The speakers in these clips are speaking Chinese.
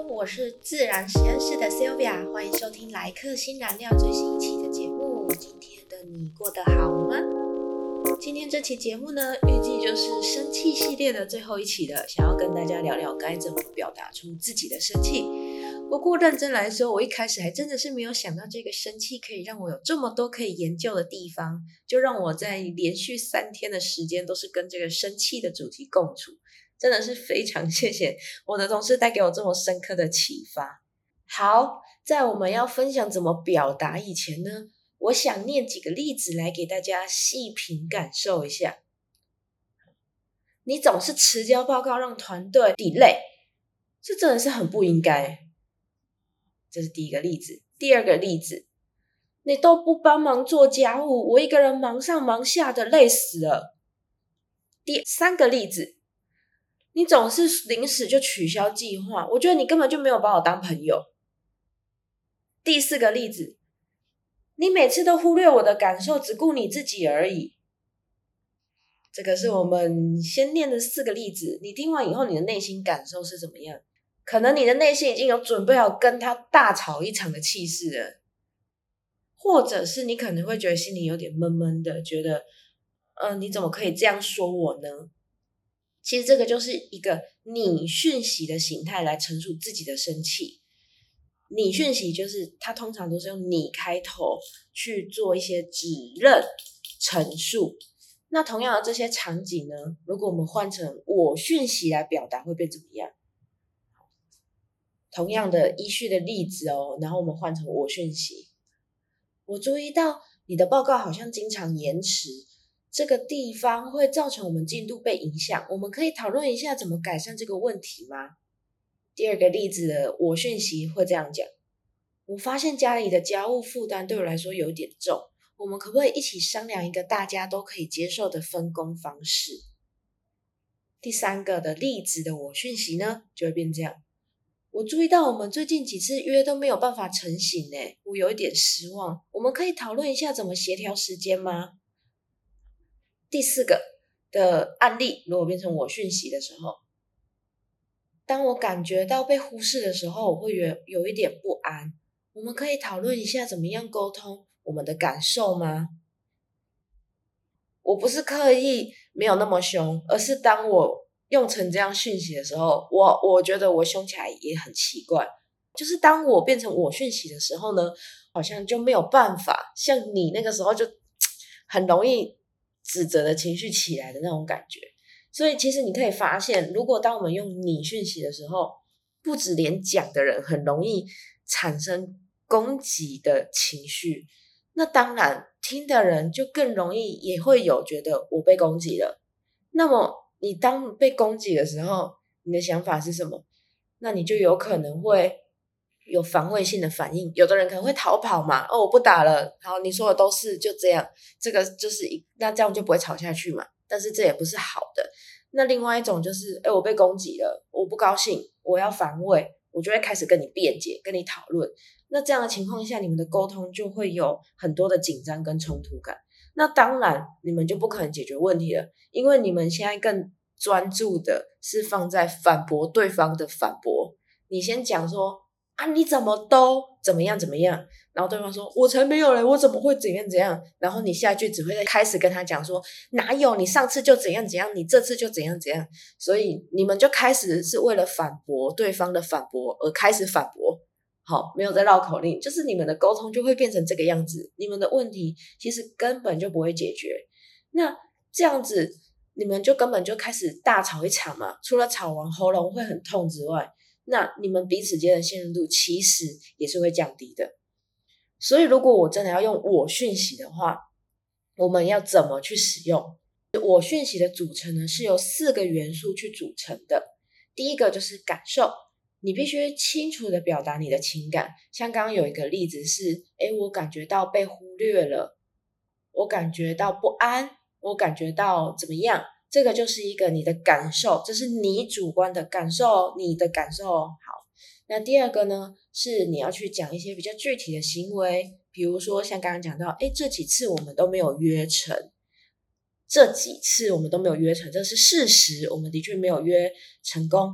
我是自然实验室的 Sylvia， 欢迎收听来客新燃料最新一期的节目。今天的你过得好吗？今天这期节目呢，预计就是生气系列的最后一期了，想要跟大家聊聊该怎么表达出自己的生气。不过认真来说，我一开始还真的是没有想到这个生气可以让我有这么多可以研究的地方，就让我在连续3天的时间都是跟这个生气的主题共处。真的是非常谢谢我的同事带给我这么深刻的启发。好，在我们要分享怎么表达以前呢，我想念几个例子来给大家细品感受一下。你总是迟交报告让团队 delay， 这真的是很不应该。这是第一个例子。第二个例子，你都不帮忙做家务，我一个人忙上忙下的累死了。第三个例子，你总是临时就取消计划，我觉得你根本就没有把我当朋友。第四个例子，你每次都忽略我的感受，只顾你自己而已。这个是我们先念的4个例子，你听完以后你的内心感受是怎么样？可能你的内心已经有准备好跟他大吵一场的气势了，或者是你可能会觉得心里有点闷闷的，觉得你怎么可以这样说我呢？其实这个就是一个拟讯息的形态来陈述自己的生气。拟讯息就是它通常都是用你开头去做一些指认陈述。那同样的这些场景呢，如果我们换成我讯息来表达会变怎么样？同样的依序的例子然后我们换成我讯息。我注意到你的报告好像经常延迟，这个地方会造成我们进度被影响，我们可以讨论一下怎么改善这个问题吗？第二个例子的我讯息会这样讲，我发现家里的家务负担对我来说有点重，我们可不可以一起商量一个大家都可以接受的分工方式？第三个的例子的我讯息呢，就会变这样，我注意到我们最近几次约都没有办法成行我有一点失望，我们可以讨论一下怎么协调时间吗？第4个的案例如果变成我讯息的时候，当我感觉到被忽视的时候，我会有一点不安，我们可以讨论一下怎么样沟通我们的感受吗？我不是刻意没有那么凶，而是当我用成这样讯息的时候，我觉得我凶起来也很奇怪，就是当我变成我讯息的时候呢，好像就没有办法像你那个时候就很容易指责的情绪起来的那种感觉。所以其实你可以发现，如果当我们用你讯息的时候，不止连讲的人很容易产生攻击的情绪，那当然听的人就更容易也会有觉得我被攻击了。那么你当被攻击的时候，你的想法是什么？那你就有可能会有防卫性的反应，有的人可能会逃跑嘛，我不打了，好，你说的都是就这样，这个就是那这样就不会吵下去嘛，但是这也不是好的。那另外一种就是我被攻击了，我不高兴，我要防卫，我就会开始跟你辩解，跟你讨论。那这样的情况下，你们的沟通就会有很多的紧张跟冲突感。那当然你们就不可能解决问题了，因为你们现在更专注的是放在反驳对方的反驳。你先讲说你怎么都怎么样怎么样，然后对方说我才没有嘞，我怎么会怎样怎样，然后你下一句只会开始跟他讲说哪有，你上次就怎样怎样，你这次就怎样怎样。所以你们就开始是为了反驳对方的反驳而开始反驳，好，没有在绕口令，就是你们的沟通就会变成这个样子，你们的问题其实根本就不会解决。那这样子你们就根本就开始大吵一场嘛，除了吵完喉咙会很痛之外，那你们彼此间的信任度其实也是会降低的。所以如果我真的要用我讯息的话，我们要怎么去使用？我讯息的组成呢，是由4个元素去组成的。第一个就是感受，你必须清楚的表达你的情感。像刚刚有一个例子是我感觉到被忽略了，我感觉到不安，我感觉到怎么样，这个就是一个你的感受，这是你主观的感受，你的感受。好，那第二个呢，是你要去讲一些比较具体的行为，比如说像刚刚讲到这几次我们都没有约成，这几次我们都没有约成，这是事实，我们的确没有约成功。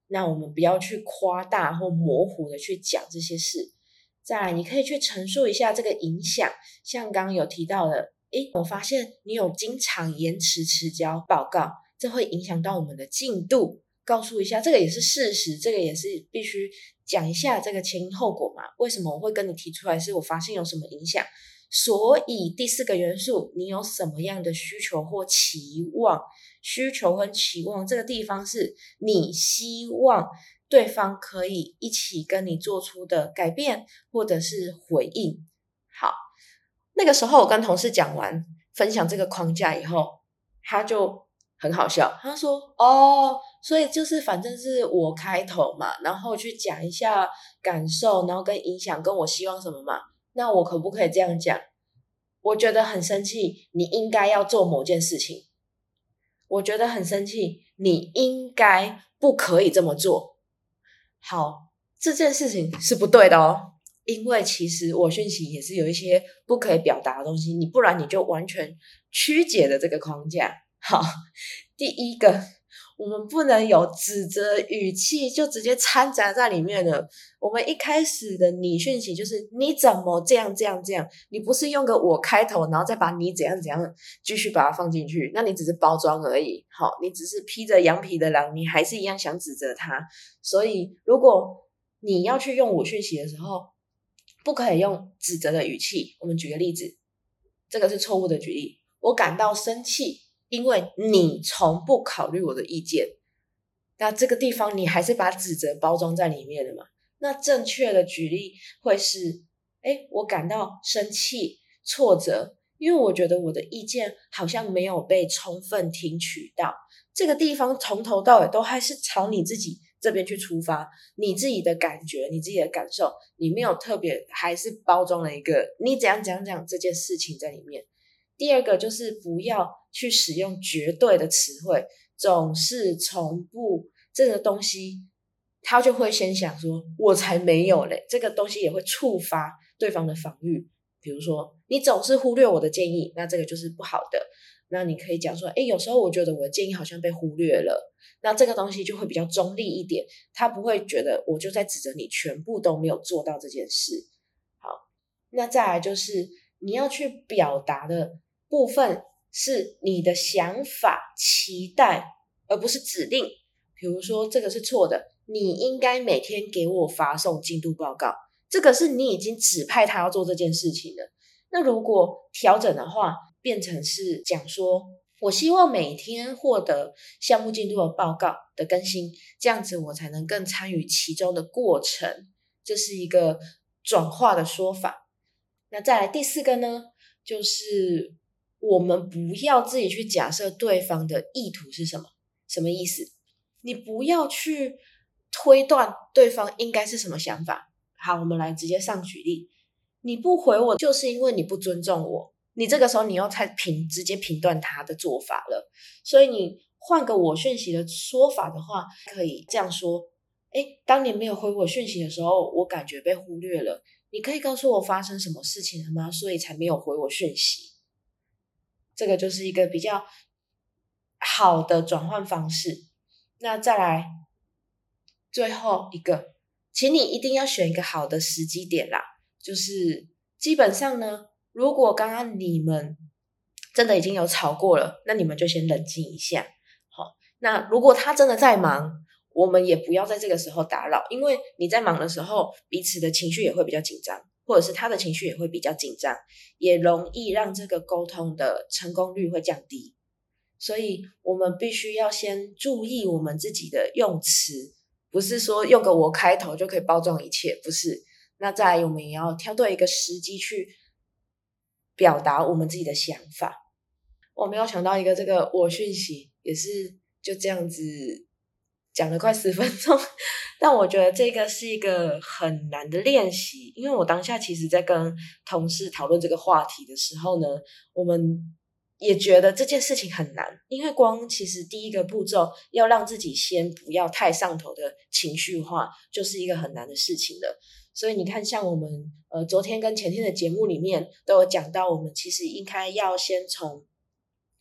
那我们不要去夸大或模糊的去讲这些事。再来，你可以去陈述一下这个影响，像刚刚有提到的，我发现你有经常延迟迟交报告，这会影响到我们的进度，告诉一下，这个也是事实，这个也是必须讲一下这个前因后果嘛。为什么我会跟你提出来，是我发现有什么影响。所以第4个元素，你有什么样的需求或期望？需求和期望这个地方是你希望对方可以一起跟你做出的改变或者是回应。好，那个时候我跟同事讲完分享这个框架以后，他就很好笑，他说所以就是反正是我开头嘛，然后去讲一下感受，然后跟影响跟我希望什么嘛，那我可不可以这样讲？我觉得很生气，你应该要做某件事情。我觉得很生气，你应该不可以这么做。好，这件事情是不对的哦，因为其实我讯息也是有一些不可以表达的东西，不然你就完全曲解了这个框架。好，第一个，我们不能有指责语气就直接掺杂在里面了。我们一开始的你讯息就是你怎么这样，你不是用个我开头，然后再把你怎样继续把它放进去，那你只是包装而已。好，你只是披着羊皮的狼，你还是一样想指责他。所以如果你要去用我讯息的时候，不可以用指责的语气。我们举个例子，这个是错误的举例。我感到生气，因为你从不考虑我的意见。那这个地方你还是把指责包装在里面了嘛？那正确的举例会是，我感到生气、挫折，因为我觉得我的意见好像没有被充分听取到。这个地方从头到尾都还是朝你自己这边去出发，你自己的感觉，你自己的感受，你没有特别还是包装了一个你怎样这件事情在里面。第二个就是不要去使用绝对的词汇，总是从不这个东西，他就会先想说我才没有嘞，这个东西也会触发对方的防御。比如说你总是忽略我的建议，那这个就是不好的。那你可以讲说有时候我觉得我的建议好像被忽略了，那这个东西就会比较中立一点，他不会觉得我就在指责你全部都没有做到这件事。好，那再来就是你要去表达的部分是你的想法、期待，而不是指令。比如说这个是错的，你应该每天给我发送进度报告，这个是你已经指派他要做这件事情的。那如果调整的话，变成是讲说我希望每天获得项目进度的报告的更新，这样子我才能更参与其中的过程，这是一个转化的说法。那再来第4个呢，就是我们不要自己去假设对方的意图是什么。什么意思？你不要去推断对方应该是什么想法。好，我们来直接上举例。你不回我就是因为你不尊重我，你这个时候你又直接评断他的做法了。所以你换个我讯息的说法的话，可以这样说，当你没有回我讯息的时候，我感觉被忽略了，你可以告诉我发生什么事情了吗？所以才没有回我讯息。这个就是一个比较好的转换方式。那再来最后一个，请你一定要选一个好的时机点啦。就是基本上呢，如果刚刚你们真的已经有吵过了，那你们就先冷静一下。好，那如果他真的在忙，我们也不要在这个时候打扰，因为你在忙的时候，彼此的情绪也会比较紧张，或者是他的情绪也会比较紧张，也容易让这个沟通的成功率会降低。所以我们必须要先注意我们自己的用词，不是说用个我开头就可以包装一切，不是。那再来我们也要挑对一个时机去表达我们自己的想法。我没有想到一个这个我讯息也是就这样子讲了快10分钟，但我觉得这个是一个很难的练习，因为我当下其实在跟同事讨论这个话题的时候呢，我们也觉得这件事情很难，因为光其实第一个步骤要让自己先不要太上头的情绪化，就是一个很难的事情了。所以你看，像我们昨天跟前天的节目里面都有讲到，我们其实应该要先从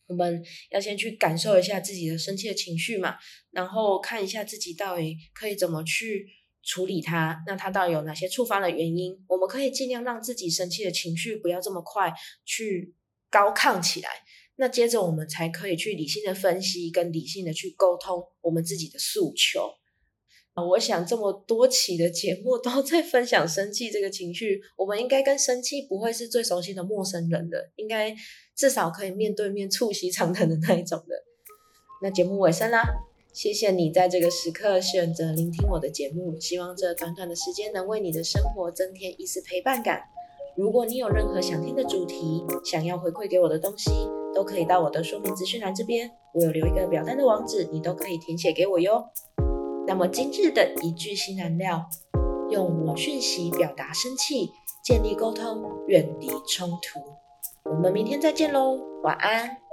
我们要先去感受一下自己的生气的情绪嘛，然后看一下自己到底可以怎么去处理它，那它到底有哪些触发的原因，我们可以尽量让自己生气的情绪不要这么快去高亢起来，那接着我们才可以去理性的分析跟理性的去沟通我们自己的诉求。我想这么多期的节目都在分享生气这个情绪，我们应该跟生气不会是最熟悉的陌生人的，应该至少可以面对面促膝长谈的那一种的。那节目尾声啦，谢谢你在这个时刻选择聆听我的节目，希望这短短的时间能为你的生活增添一丝陪伴感。如果你有任何想听的主题，想要回馈给我的东西，都可以到我的说明资讯栏这边，我有留一个表单的网址，你都可以填写给我哟。那么今日的一句新燃料，用我讯息表达生气，建立沟通，远离冲突。我们明天再见喽，晚安。